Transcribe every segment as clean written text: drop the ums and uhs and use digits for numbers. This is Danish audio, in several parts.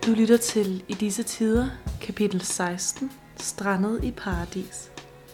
Du lytter til I disse tider, kapitel 16, Strandet i paradis.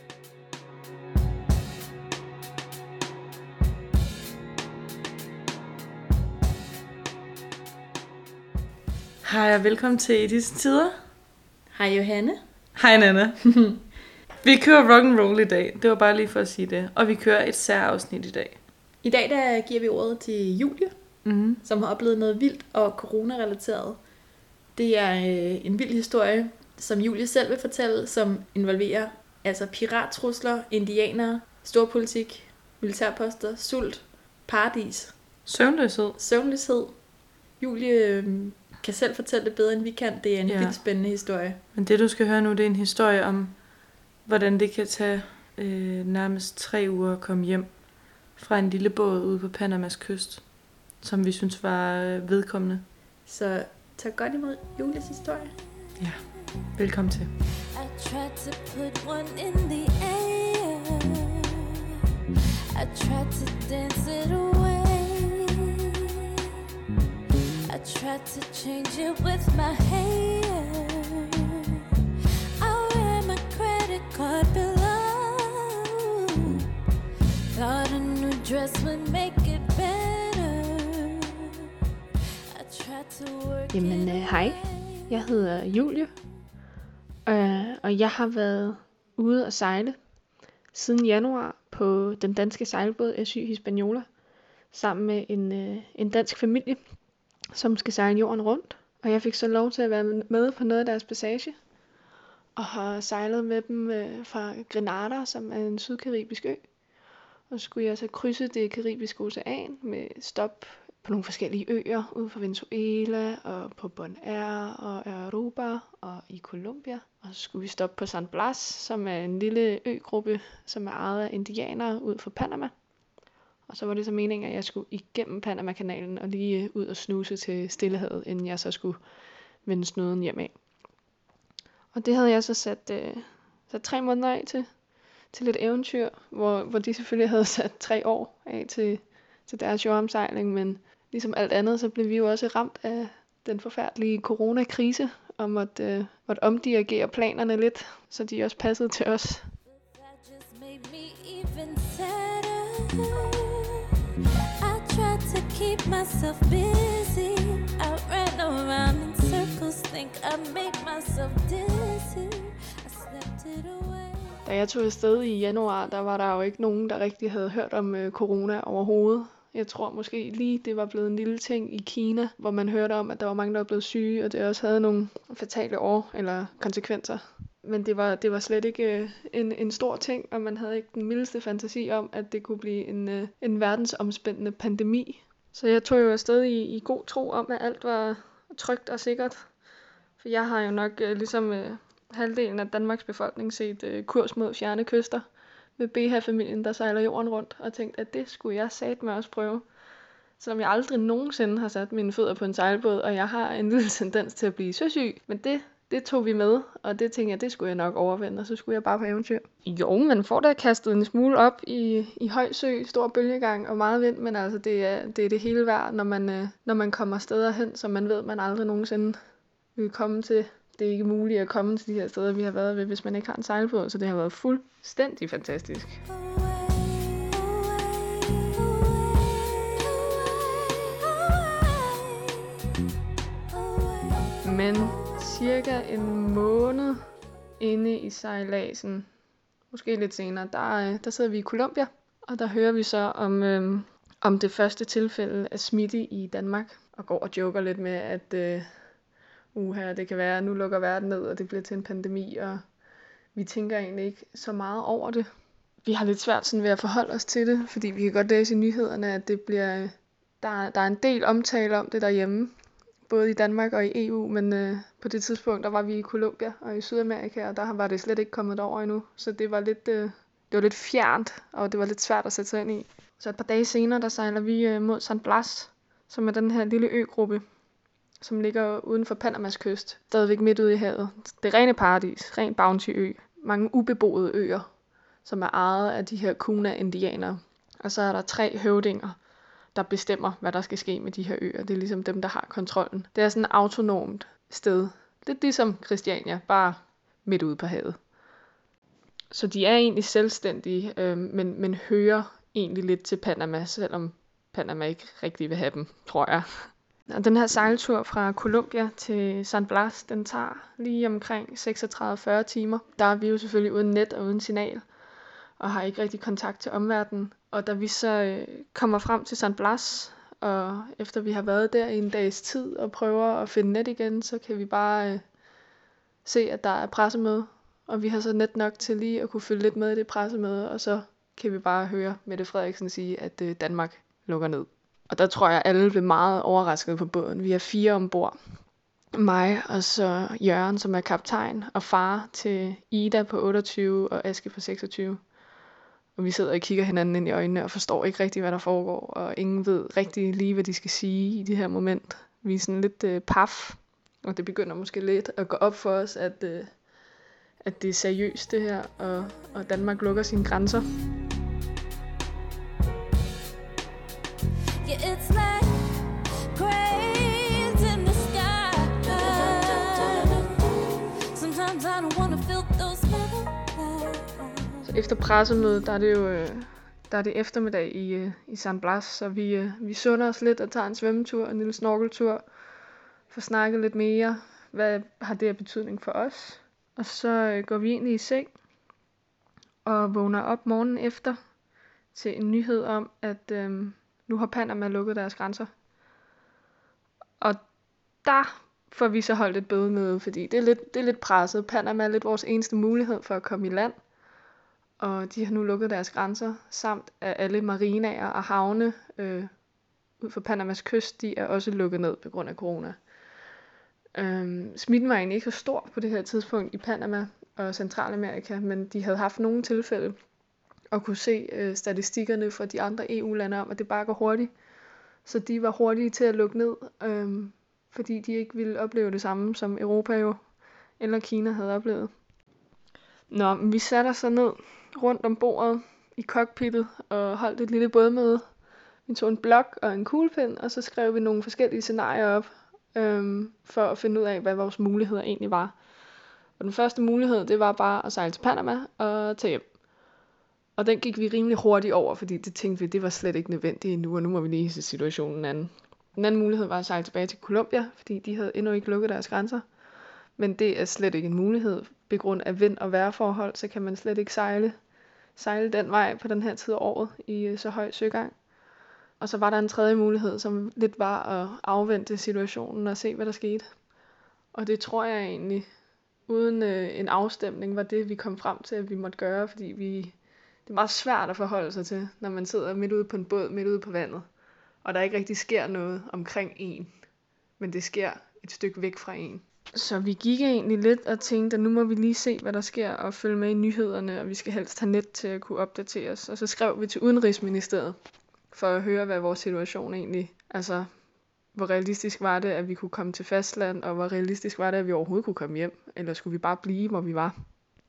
Hej og velkommen til I disse tider. Hej Johanne. Hej Nana. Vi kører rock and roll i dag, det var bare lige for at sige det. Og vi kører et særafsnit i dag. I dag der giver vi ordet til Julie, som har oplevet noget vildt og corona-relateret. Det er en vild historie, som Julie selv vil fortælle, som involverer altså pirattrusler, indianere, storpolitik, militærposter, sult, paradis, søvnløshed. Julie kan selv fortælle det bedre, end vi kan. Det er en vildt spændende historie. Men det du skal høre nu, det er en historie om, hvordan det kan tage nærmest 3 uger at komme hjem fra en lille båd ude på Panamas kyst, som vi synes var vedkommende. Så tag godt imod Julies historie. Ja, velkommen til. I tried to put one in the air. I tried to dance it away. I tried to change it with my hair. I wear my credit card below. Thought a new dress would make it better. I tried to work Jamen, hej. Jeg hedder Julie, og jeg har været ude at sejle siden januar på den danske sejlbåd SY Hispaniola, sammen med en dansk familie, som skal sejle jorden rundt. Og jeg fik så lov til at være med på noget af deres passage, og har sejlet med dem fra Grenada, som er en sydkaribisk ø. Og så skulle jeg så krydse det karibiske ocean med stop på nogle forskellige øer, ude for Venezuela, og på Bonaire, og Aruba, og i Colombia. Og så skulle vi stoppe på San Blas, som er en lille øgruppe, som er ejet af indianere ud for Panama. Og så var det så meningen, at jeg skulle igennem Panama-kanalen og lige ud og snuse til Stillehavet, inden jeg så skulle vende snuden hjem af. Og det havde jeg så sat 3 måneder af til lidt eventyr, hvor de selvfølgelig havde sat 3 år af til deres jordomsejling, men ligesom alt andet, så blev vi jo også ramt af den forfærdelige coronakrise, og måtte omdirigere planerne lidt, så de også passede til os. that just made me even sadder. I tried to keep myself busy. I ran around in circles, think I made myself dizzy. I slept it away. Da jeg tog afsted i januar, der var der jo ikke nogen, der rigtig havde hørt om corona overhovedet. Jeg tror måske lige, det var blevet en lille ting i Kina, hvor man hørte om, at der var mange, der var blevet syge, og det også havde nogle fatale eller konsekvenser. Men det var slet ikke en stor ting, og man havde ikke den mildeste fantasi om, at det kunne blive en verdensomspændende pandemi. Så jeg tog jo afsted i god tro om, at alt var trygt og sikkert. For jeg har jo nok ligesom halvdelen af Danmarks befolkning set kurs mod fjerne kyster med BH-familien, der sejler jorden rundt, og tænkt, at det skulle jeg satme også prøve. Selvom jeg aldrig nogensinde har sat mine fødder på en sejlbåd, og jeg har en lille tendens til at blive søsyg. Men det tog vi med, og det tænkte jeg, det skulle jeg nok overvinde, og så skulle jeg bare på eventyr. Jo, man får da kastet en smule op i høj sø, stor bølgegang og meget vind, men altså det er det hele værd, når man kommer steder hen, som man ved, man aldrig nogensinde vil komme til. Det er ikke muligt at komme til de her steder, vi har været ved, hvis man ikke har en sejlbåd, så det har været fuldstændig fantastisk. Men cirka en måned inde i sejladsen, måske lidt senere, der sidder vi i Colombia, og der hører vi så om det første tilfælde af smitte i Danmark, og går og joker lidt med, at det kan være, at nu lukker verden ned, og det bliver til en pandemi, og vi tænker egentlig ikke så meget over det. Vi har lidt svært sådan ved at forholde os til det, fordi vi kan godt læse i nyhederne, at det bliver, der er en del omtale om det derhjemme, både i Danmark og i EU, men på det tidspunkt, der var vi i Colombia og i Sydamerika, og der var det slet ikke kommet over endnu, så det var lidt fjernt, og det var lidt svært at sætte sig ind i. Så et par dage senere, der sejler vi mod San Blas, som er den her lille øgruppe, som ligger uden for Panamas kyst, stadigvæk midt ude i havet. Det er rene paradis, ren bounty-ø. Mange ubeboede øer, som er ejet af de her Kuna-indianere. Og så er der 3 høvdinger, der bestemmer, hvad der skal ske med de her øer. Det er ligesom dem, der har kontrollen. Det er sådan autonomt. sted. Lidt ligesom Christiania, bare midt ude på havet. Så de er egentlig selvstændige, men hører egentlig lidt til Panama, selvom Panama ikke rigtig vil have dem, tror jeg. Og den her sejltur fra Colombia til San Blas, den tager lige omkring 36-40 timer. Der er vi jo selvfølgelig uden net og uden signal, og har ikke rigtig kontakt til omverdenen. Og da vi så kommer frem til San Blas, og efter vi har været der i en dags tid og prøver at finde net igen, så kan vi bare se, at der er pressemøde. Og vi har så net nok til lige at kunne følge lidt med i det pressemøde, og så kan vi bare høre Mette Frederiksen sige, at Danmark lukker ned. Og der tror jeg, alle blev meget overrasket på båden. Vi er 4 ombord. Mig og så Jørgen, som er kaptajn, og far til Ida på 28 og Aske på 26. Og vi sidder og kigger hinanden ind i øjnene og forstår ikke rigtig, hvad der foregår. Og ingen ved rigtig lige, hvad de skal sige i det her moment. Vi er sådan lidt paf, og det begynder måske lidt at gå op for os, at det er seriøst det her, og Danmark lukker sine grænser. Yeah, it's like cranes in the sky. Sometimes I don't wanna feel those memories. Så efter pressemødet, der er det jo der er det eftermiddag i San Blas, så vi sunder os lidt og tager en svømmetur, en lille snorkeltur, får snakket lidt mere. Hvad har det af betydning for os? Og så går vi egentlig i seng og vågner op morgenen efter til en nyhed om, at nu har Panama lukket deres grænser. Og der får vi så holdt et bødemøde, fordi det er lidt presset. Panama er lidt vores eneste mulighed for at komme i land. Og de har nu lukket deres grænser, samt at alle marinaer og havne ud for Panamas kyst, de er også lukket ned på grund af corona. Smitten var egentlig ikke så stor på det her tidspunkt i Panama og Centralamerika, men de havde haft nogle tilfælde og kunne se statistikkerne fra de andre EU-lande om, at det bare går hurtigt. Så de var hurtige til at lukke ned, fordi de ikke ville opleve det samme, som Europa jo eller Kina havde oplevet. Nå, men vi satte os så ned rundt om bordet i cockpittet og holdt et lille bådmøde. Vi tog en blok og en kuglepen, og så skrev vi nogle forskellige scenarier op, for at finde ud af, hvad vores muligheder egentlig var. Og den første mulighed, det var bare at sejle til Panama og tage hjem. Og den gik vi rimelig hurtigt over, fordi det tænkte vi, det var slet ikke nødvendigt endnu, og nu må vi lige se situationen anden. Den anden mulighed var at sejle tilbage til Colombia, fordi de havde endnu ikke lukket deres grænser. Men det er slet ikke en mulighed. På grund af vind- og vejrforhold, så kan man slet ikke sejle den vej på den her tid af året i så høj søgang. Og så var der en tredje mulighed, som lidt var at afvente situationen og se, hvad der skete. Og det tror jeg egentlig, uden en afstemning, var det, vi kom frem til, at vi måtte gøre, fordi det er meget svært at forholde sig til, når man sidder midt ude på en båd, midt ude på vandet, og der ikke rigtig sker noget omkring en, men det sker et stykke væk fra en. Så vi gik egentlig lidt og tænkte, at nu må vi lige se, hvad der sker, og følge med i nyhederne, og vi skal helst have net til at kunne opdatere os. Og så skrev vi til Udenrigsministeriet, for at høre, hvad vores situation egentlig, altså hvor realistisk var det, at vi kunne komme til fastland, og hvor realistisk var det, at vi overhovedet kunne komme hjem, eller skulle vi bare blive, hvor vi var.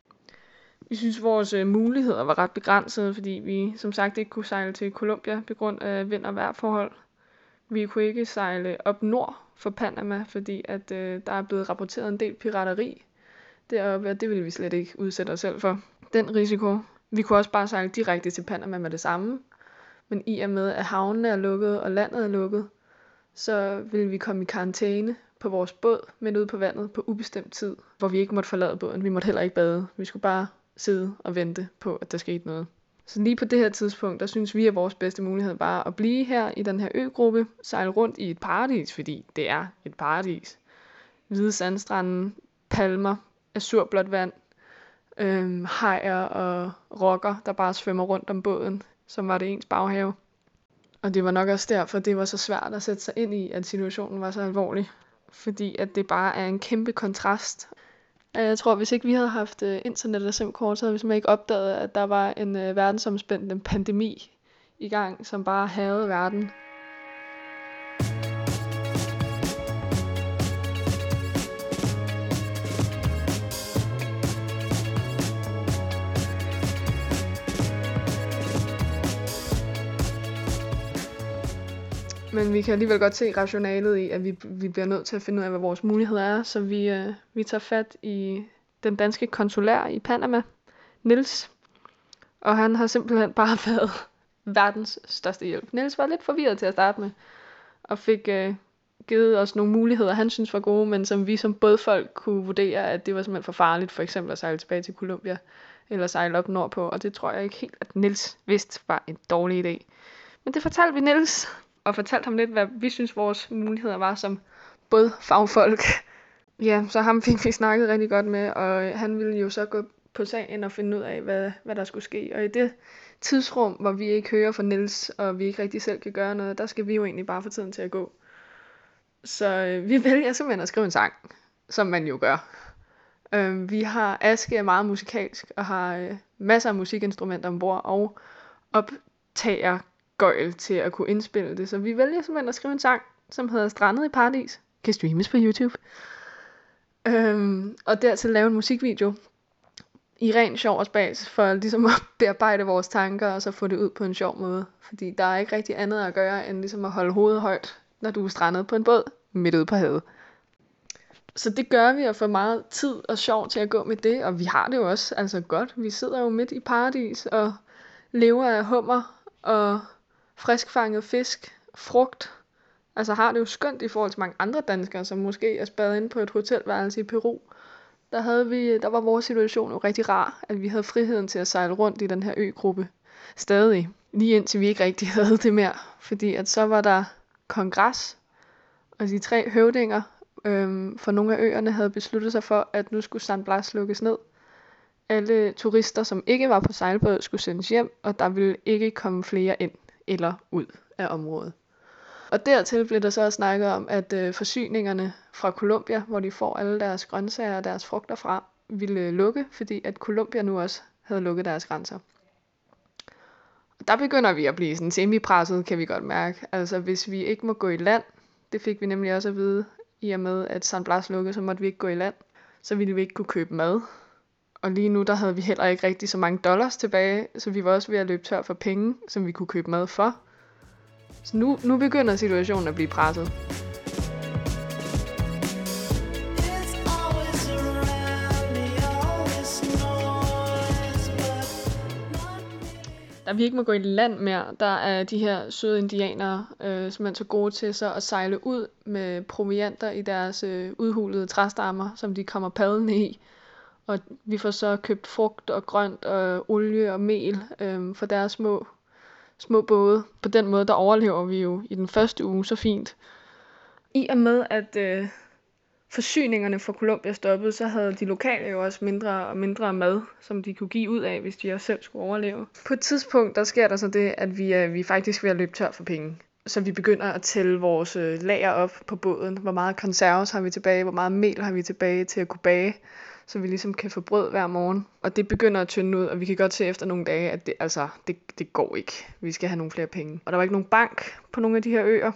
Vi synes, vores muligheder var ret begrænsede, fordi vi som sagt ikke kunne sejle til Colombia på grund af vind- og vejrforhold. Vi kunne ikke sejle op nord for Panama, fordi at der er blevet rapporteret en del pirateri deroppe, og det ville vi slet ikke udsætte os selv for. Den risiko. Vi kunne også bare sejle direkte til Panama med det samme, men i og med, at havnene er lukket og landet er lukket, så ville vi komme i karantæne på vores båd midt ude på vandet på ubestemt tid, hvor vi ikke måtte forlade båden. Vi måtte heller ikke bade. Vi skulle bare sidde og vente på, at der skete noget. Så lige på det her tidspunkt, der synes vi, at vores bedste mulighed var at blive her i den her øgruppe, sejle rundt i et paradis, fordi det er et paradis. Hvide sandstrande, palmer, azurblåt vand, hajer og rokker, der bare svømmer rundt om båden, som var det ens baghave. Og det var nok også derfor, det var så svært at sætte sig ind i, at situationen var så alvorlig. Fordi at det bare er en kæmpe kontrast. Jeg tror, hvis ikke vi havde haft internet og SIM-kort, så havde vi simpelthen ikke opdaget, at der var en verdensomspændende pandemi i gang, som bare havde verden. Men vi kan alligevel godt se rationalet i, at vi bliver nødt til at finde ud af, hvad vores muligheder er. Så vi tager fat i den danske konsulær i Panama, Niels. Og han har simpelthen bare været verdens største hjælp. Niels var lidt forvirret til at starte med, og fik givet os nogle muligheder, han synes var gode, men som vi som bådfolk kunne vurdere, at det var simpelthen for farligt, for eksempel at sejle tilbage til Colombia, eller sejle op nordpå, og det tror jeg ikke helt, at Niels vidste var en dårlig idé. Men det fortalte vi Niels, og fortalte ham lidt, hvad vi synes vores muligheder var som bådfagfolk. Ja, så ham fik vi snakket rigtig godt med, og han ville jo så gå på sagen og finde ud af, hvad der skulle ske. Og i det tidsrum, hvor vi ikke hører fra Niels, og vi ikke rigtig selv kan gøre noget, der skal vi jo egentlig bare få tiden til at gå. Så vi vælger simpelthen at skrive en sang, som man jo gør. Vi har Aske er meget musikalsk, og har masser af musikinstrumenter ombord, og optager gøjl til at kunne indspille det. Så vi vælger simpelthen at skrive en sang, som hedder Strandet i Paradis. Kan streames på YouTube. Og dertil lave en musikvideo i ren sjov og spas, for ligesom at bearbejde vores tanker, og så få det ud på en sjov måde. Fordi der er ikke rigtig andet at gøre, end ligesom at holde hovedet højt, når du er strandet på en båd midt ude på havet. Så det gør vi, og får meget tid og sjov til at gå med det, og vi har det jo også altså godt. Vi sidder jo midt i paradis og lever af hummer og friskfanget fisk, frugt. Altså har det jo skønt i forhold til mange andre danskere, som måske er spadet inde på et hotelværelse i Peru. Der var vores situation jo rigtig rar, at vi havde friheden til at sejle rundt i den her øgruppe stadig. Lige indtil vi ikke rigtig havde det mere, fordi at så var der kongres, og de 3 høvdinger for nogle af øerne havde besluttet sig for, at nu skulle San Blas lukkes ned. Alle turister, som ikke var på sejlbåd, skulle sendes hjem, og der ville ikke komme flere ind eller ud af området. Og dertil blev der så snakket om, at forsyningerne fra Colombia, hvor de får alle deres grøntsager og deres frugter fra, ville lukke, fordi at Colombia nu også havde lukket deres grænser. Og der begynder vi at blive sådan semi-presset, kan vi godt mærke. Altså hvis vi ikke må gå i land, det fik vi nemlig også at vide, i og med at San Blas lukkede, så måtte vi ikke gå i land. Så ville vi ikke kunne købe mad. Og lige nu, der havde vi heller ikke rigtig så mange dollars tilbage, så vi var også ved at løbe tør for penge, som vi kunne købe mad for. Så nu begynder situationen at blive presset. Da vi ikke må gå i land mere, der er de her søde indianere, som er så gode til så at sejle ud med provianter i deres udhulede træstammer, som de kommer padlende i. Og vi får så købt frugt og grønt og olie og mel for deres små både. På den måde, der overlever vi jo i den første uge så fint. I og med, at forsyningerne fra Colombia stoppede, så havde de lokale jo også mindre og mindre mad, som de kunne give ud af, hvis de også selv skulle overleve. På et tidspunkt, der sker der så det, at vi er faktisk ved at løbe tør for penge. Så vi begynder at tælle vores lager op på båden. Hvor meget konserves har vi tilbage, hvor meget mel har vi tilbage til at kunne bage, så vi ligesom kan få brød hver morgen. Og det begynder at tynde ud, og vi kan godt se efter nogle dage, at det går ikke. Vi skal have nogle flere penge. Og der var ikke nogen bank på nogle af de her øer.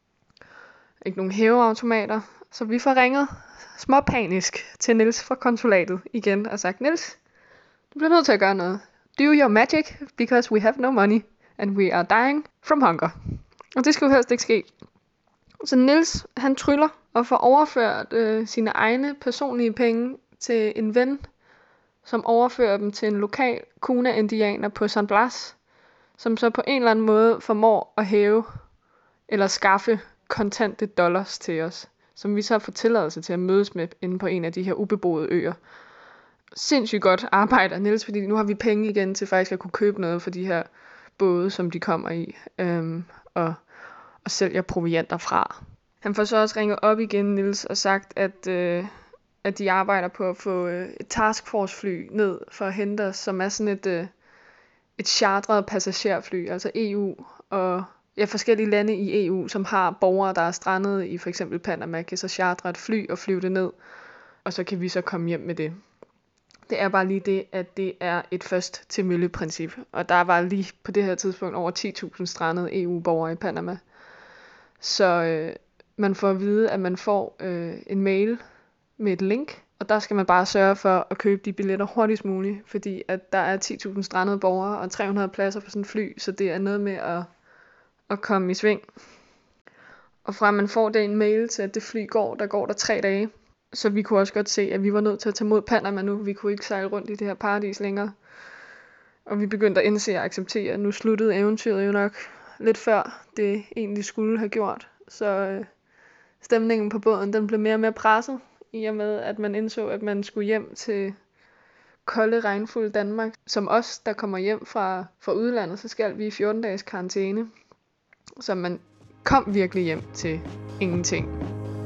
Ikke nogen hæveautomater. Så vi får ringet småpanisk til Niels fra konsulatet igen og sagt, Niels, du bliver nødt til at gøre noget. Do your magic, because we have no money, and we are dying from hunger. Og det skal jo helst ikke ske. Så Niels, han tryller og får overført sine egne personlige penge til en ven, som overfører dem til en lokal Kuna-indianer på San Blas, som så på en eller anden måde formår at hæve eller skaffe kontante dollars til os, som vi så får tilladelse til at mødes med inde på en af de her ubeboede øer. Sindssygt godt arbejde af Niels, fordi nu har vi penge igen til faktisk at kunne købe noget for de her både, som de kommer i, og sælger provianter fra. Han får så også ringet op igen, Niels, og sagt, at de arbejder på at få et taskforce-fly ned for at hente os, som er sådan et chartret passagerfly, altså EU og forskellige lande i EU, som har borgere, der er strandet i for eksempel Panama, kan så chartre et fly og flyve det ned, og så kan vi så komme hjem med det. Det er bare lige det, at det er et først til mølle-princip, og der var lige på det her tidspunkt over 10.000 strandede EU-borgere i Panama. Så man får at vide, at man får en mail med et link, og der skal man bare sørge for at købe de billetter hurtigst muligt, fordi at der er 10.000 strandede borgere og 300 pladser på sådan et fly, så det er noget med at komme i sving. Og fra man får den mail til, at det fly går, der går der 3 dage. Så vi kunne også godt se, at vi var nødt til at tage mod Panama nu. Vi kunne ikke sejle rundt i det her paradis længere. Og vi begyndte at indse og acceptere, at nu sluttede eventyret jo nok lidt før det egentlig skulle have gjort. Så stemningen på båden, den blev mere og mere presset, i og med, at man indså, at man skulle hjem til kolde, regnfulde Danmark. Som os, der kommer hjem fra udlandet, så skal vi i 14 dages karantæne. Så man kom virkelig hjem til ingenting.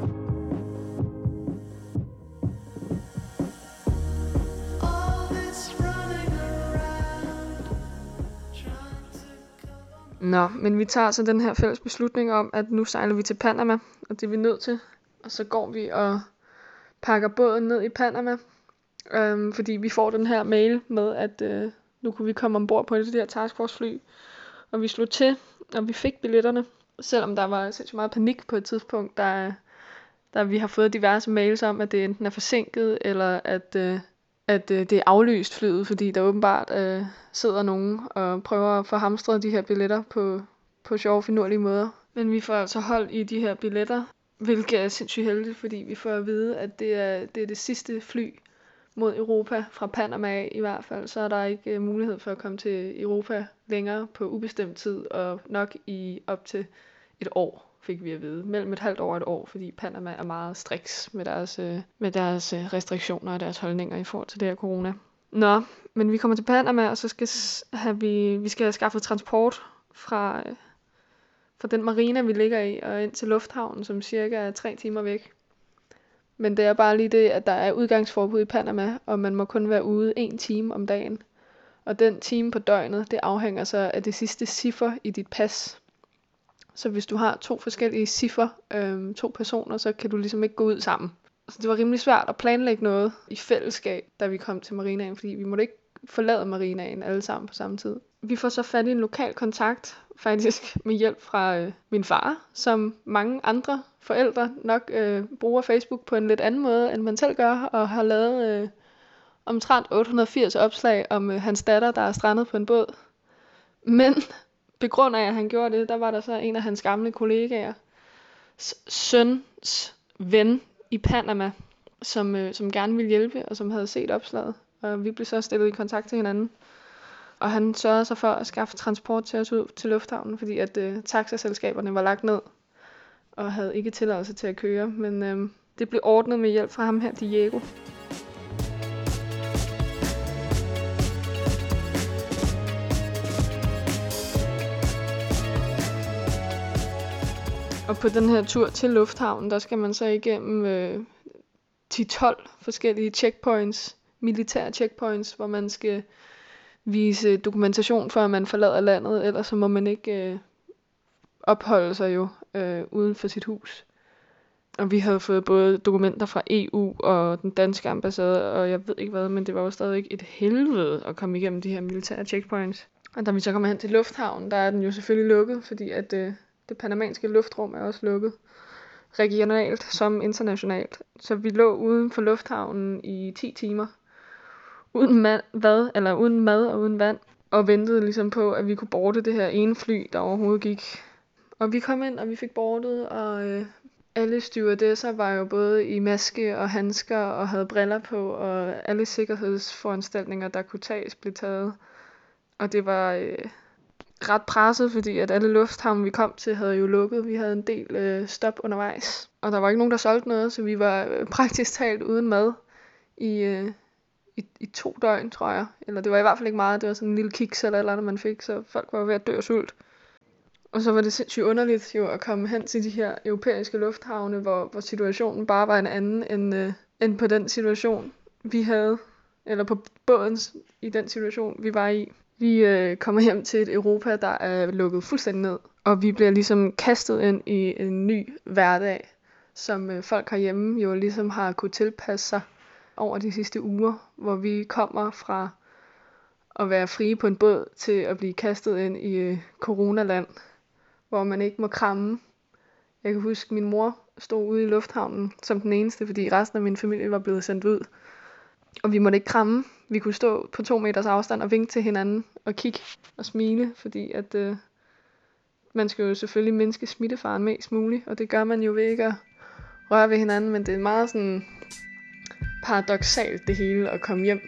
Nå, men vi tager så den her fælles beslutning om, at nu sejler vi til Panama, og det er vi nødt til. Og så går vi og pakker båden ned i Panama, fordi vi får den her mail med, at nu kunne vi komme ombord på det der taskforce-fly. Og vi slog til, og vi fik billetterne, selvom der var sindssygt meget panik på et tidspunkt, der vi har fået diverse mails om, at det enten er forsinket, eller at det er aflyst flyet, fordi der åbenbart sidder nogen og prøver at få hamstret de her billetter på sjove, finurlige måder. Men vi får altså hold i de her billetter, hvilket er sindssygt heldigt, fordi vi får at vide, at det er det sidste fly mod Europa fra Panama af i hvert fald. Så er der ikke mulighed for at komme til Europa længere på ubestemt tid, og nok i op til et år, fik vi at vide. Mellem et halvt år og et år, fordi Panama er meget striks med deres restriktioner og deres holdninger i forhold til det her corona. Nå, men vi kommer til Panama, og så skal vi skal have skaffet transport fra den marina, vi ligger i, og ind til lufthavnen, som cirka er 3 timer væk. Men det er bare lige det, at der er udgangsforbud i Panama, og man må kun være ude 1 time om dagen. Og den time på døgnet, det afhænger så af det sidste ciffer i dit pas. Så hvis du har 2 forskellige ciffer, 2 personer, så kan du ligesom ikke gå ud sammen. Så det var rimelig svært at planlægge noget i fællesskab, da vi kom til marinaen, fordi vi måtte ikke forlade marinaen alle sammen på samme tid. Vi får så fat i en lokal kontakt, faktisk med hjælp fra min far, som mange andre forældre nok bruger Facebook på en lidt anden måde, end man selv gør, og har lavet omtrent 880 opslag om hans datter, der er strandet på en båd. Men på grund af, at han gjorde det, der var der så en af hans gamle kollegaer, søns ven i Panama, som gerne ville hjælpe, og som havde set opslaget. Og vi blev så stillet i kontakt til hinanden. Og han sørgede sig for at skaffe transport til os ud til lufthavnen, fordi at taxaselskaberne var lagt ned, og havde ikke tilladelse til at køre. Men det blev ordnet med hjælp fra ham her, Diego. Og på den her tur til lufthavnen, der skal man så igennem 10-12 forskellige checkpoints, militære checkpoints, hvor man skal vise dokumentation for, at man forlader landet, ellers så må man ikke opholde sig jo uden for sit hus. Og vi havde fået både dokumenter fra EU og den danske ambassade, og jeg ved ikke hvad, men det var jo stadig et helvede at komme igennem de her militære checkpoints. Og da vi så kommer hen til lufthavnen, der er den jo selvfølgelig lukket, fordi at det panamanske luftrum er også lukket, regionalt som internationalt. Så vi lå uden for lufthavnen i 10 timer, uden mad og uden vand, og ventede ligesom på, at vi kunne boarde det her ene fly, der overhovedet gik. Og vi kom ind, og vi fik boardet, og alle stewardesser var jo både i maske og handsker og havde briller på, og alle sikkerhedsforanstaltninger, der kunne tages, blev taget. Og det var ret presset, fordi at alle lufthavne, vi kom til, havde jo lukket. Vi havde en del stop undervejs, og der var ikke nogen, der solgte noget, så vi var praktisk talt uden mad i 2 døgn, tror jeg. Eller det var i hvert fald ikke meget, det var sådan en lille kiks eller andet, man fik, så folk var ved at dø af sult. Og så var det sindssygt underligt jo at komme hen til de her europæiske lufthavne, hvor situationen bare var en anden end på den situation, vi havde, eller på båden i den situation, vi var i. Vi kommer hjem til et Europa, der er lukket fuldstændig ned, og vi bliver ligesom kastet ind i en ny hverdag, som folk herhjemme jo ligesom har kunne tilpasse sig over de sidste uger, hvor vi kommer fra at være frie på en båd til at blive kastet ind i coronaland, hvor man ikke må kramme. Jeg kan huske, at min mor stod ude i lufthavnen som den eneste, fordi resten af min familie var blevet sendt ud. Og vi måtte ikke kramme. Vi kunne stå på 2 meters afstand og vinke til hinanden og kigge og smile, fordi at Man skal jo selvfølgelig mindske smittefaren mest muligt, og det gør man jo ved ikke at røre ved hinanden, men det er meget sådan paradoksalt det hele at komme hjem.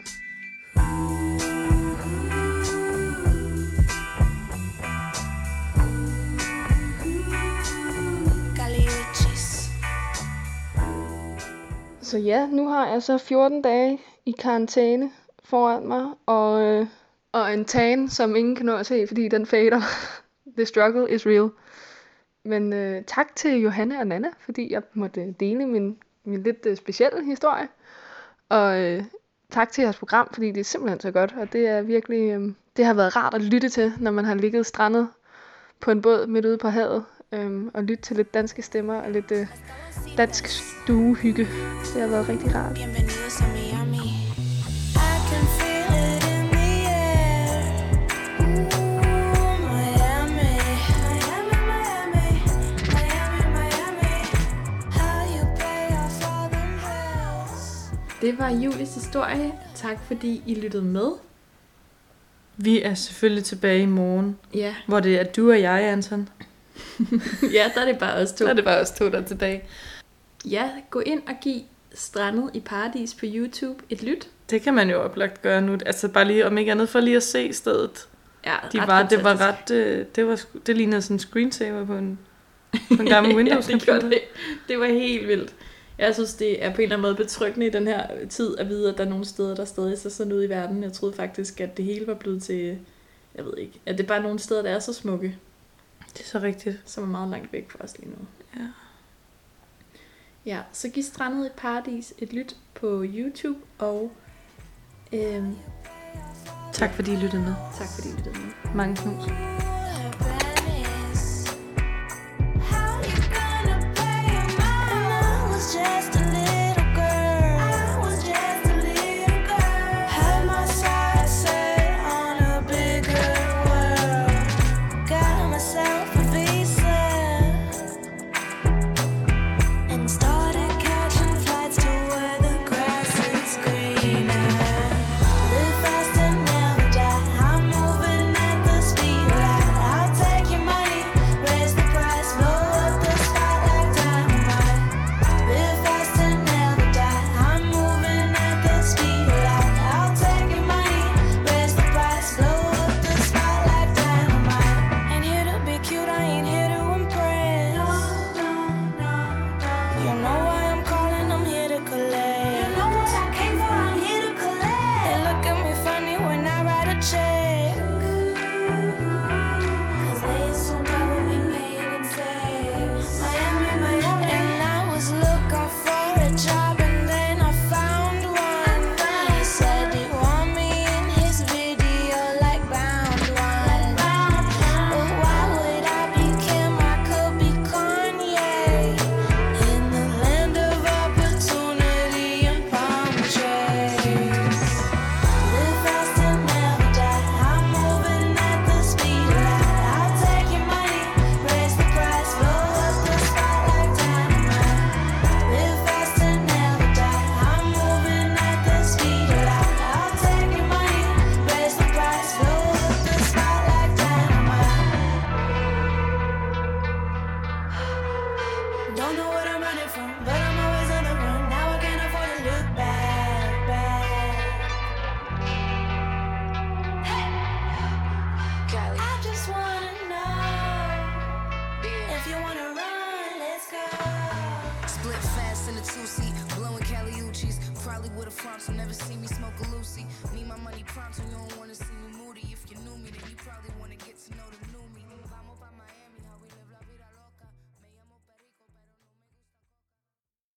Så ja, nu har jeg så 14 dage i karantæne foran mig, og en tan, som ingen kan nå at se, fordi den fader. The struggle is real. Men tak til Johanne og Nana, fordi jeg måtte dele min lidt specielle historie. Og tak til jeres program, fordi det er simpelthen så godt. Og det er virkelig, det har været rart at lytte til, når man har ligget strandet på en båd midt ude på havet. Og lytte til lidt danske stemmer og lidt dansk stuehygge. Det har været rigtig rart. Det var Julies historie. Tak fordi I lyttede med. Vi er selvfølgelig tilbage i morgen, Ja. hvor det er du og jeg, Anton. Ja, der er det bare os to. Så er det bare os to, der er tilbage. Ja, gå ind og giv Strandet i Paradis på YouTube et lyt. Det kan man jo oplagt gøre nu. Altså bare lige, om ikke andet, for lige at se stedet. Ja, Det lignede sådan en screensaver på en gammel Windows computer. Det var helt vildt. Jeg synes, det er på en eller anden måde betryggende i den her tid at vide, at der er nogle steder, der stadig ser sådan ud i verden. Jeg troede faktisk, at det hele var blevet til, jeg ved ikke, at det er bare nogle steder, der er så smukke. Det er så rigtigt. Som er meget langt væk fra os lige nu. Ja. Ja, så giv Strandet i Paradis et lyt på YouTube, og tak fordi I lyttede med. Tak fordi I lyttede med. Mange knus. So never see me smoke a Lucy. Need my money pronto, you don't wanna see me moody. If you knew me, then you probably wanna get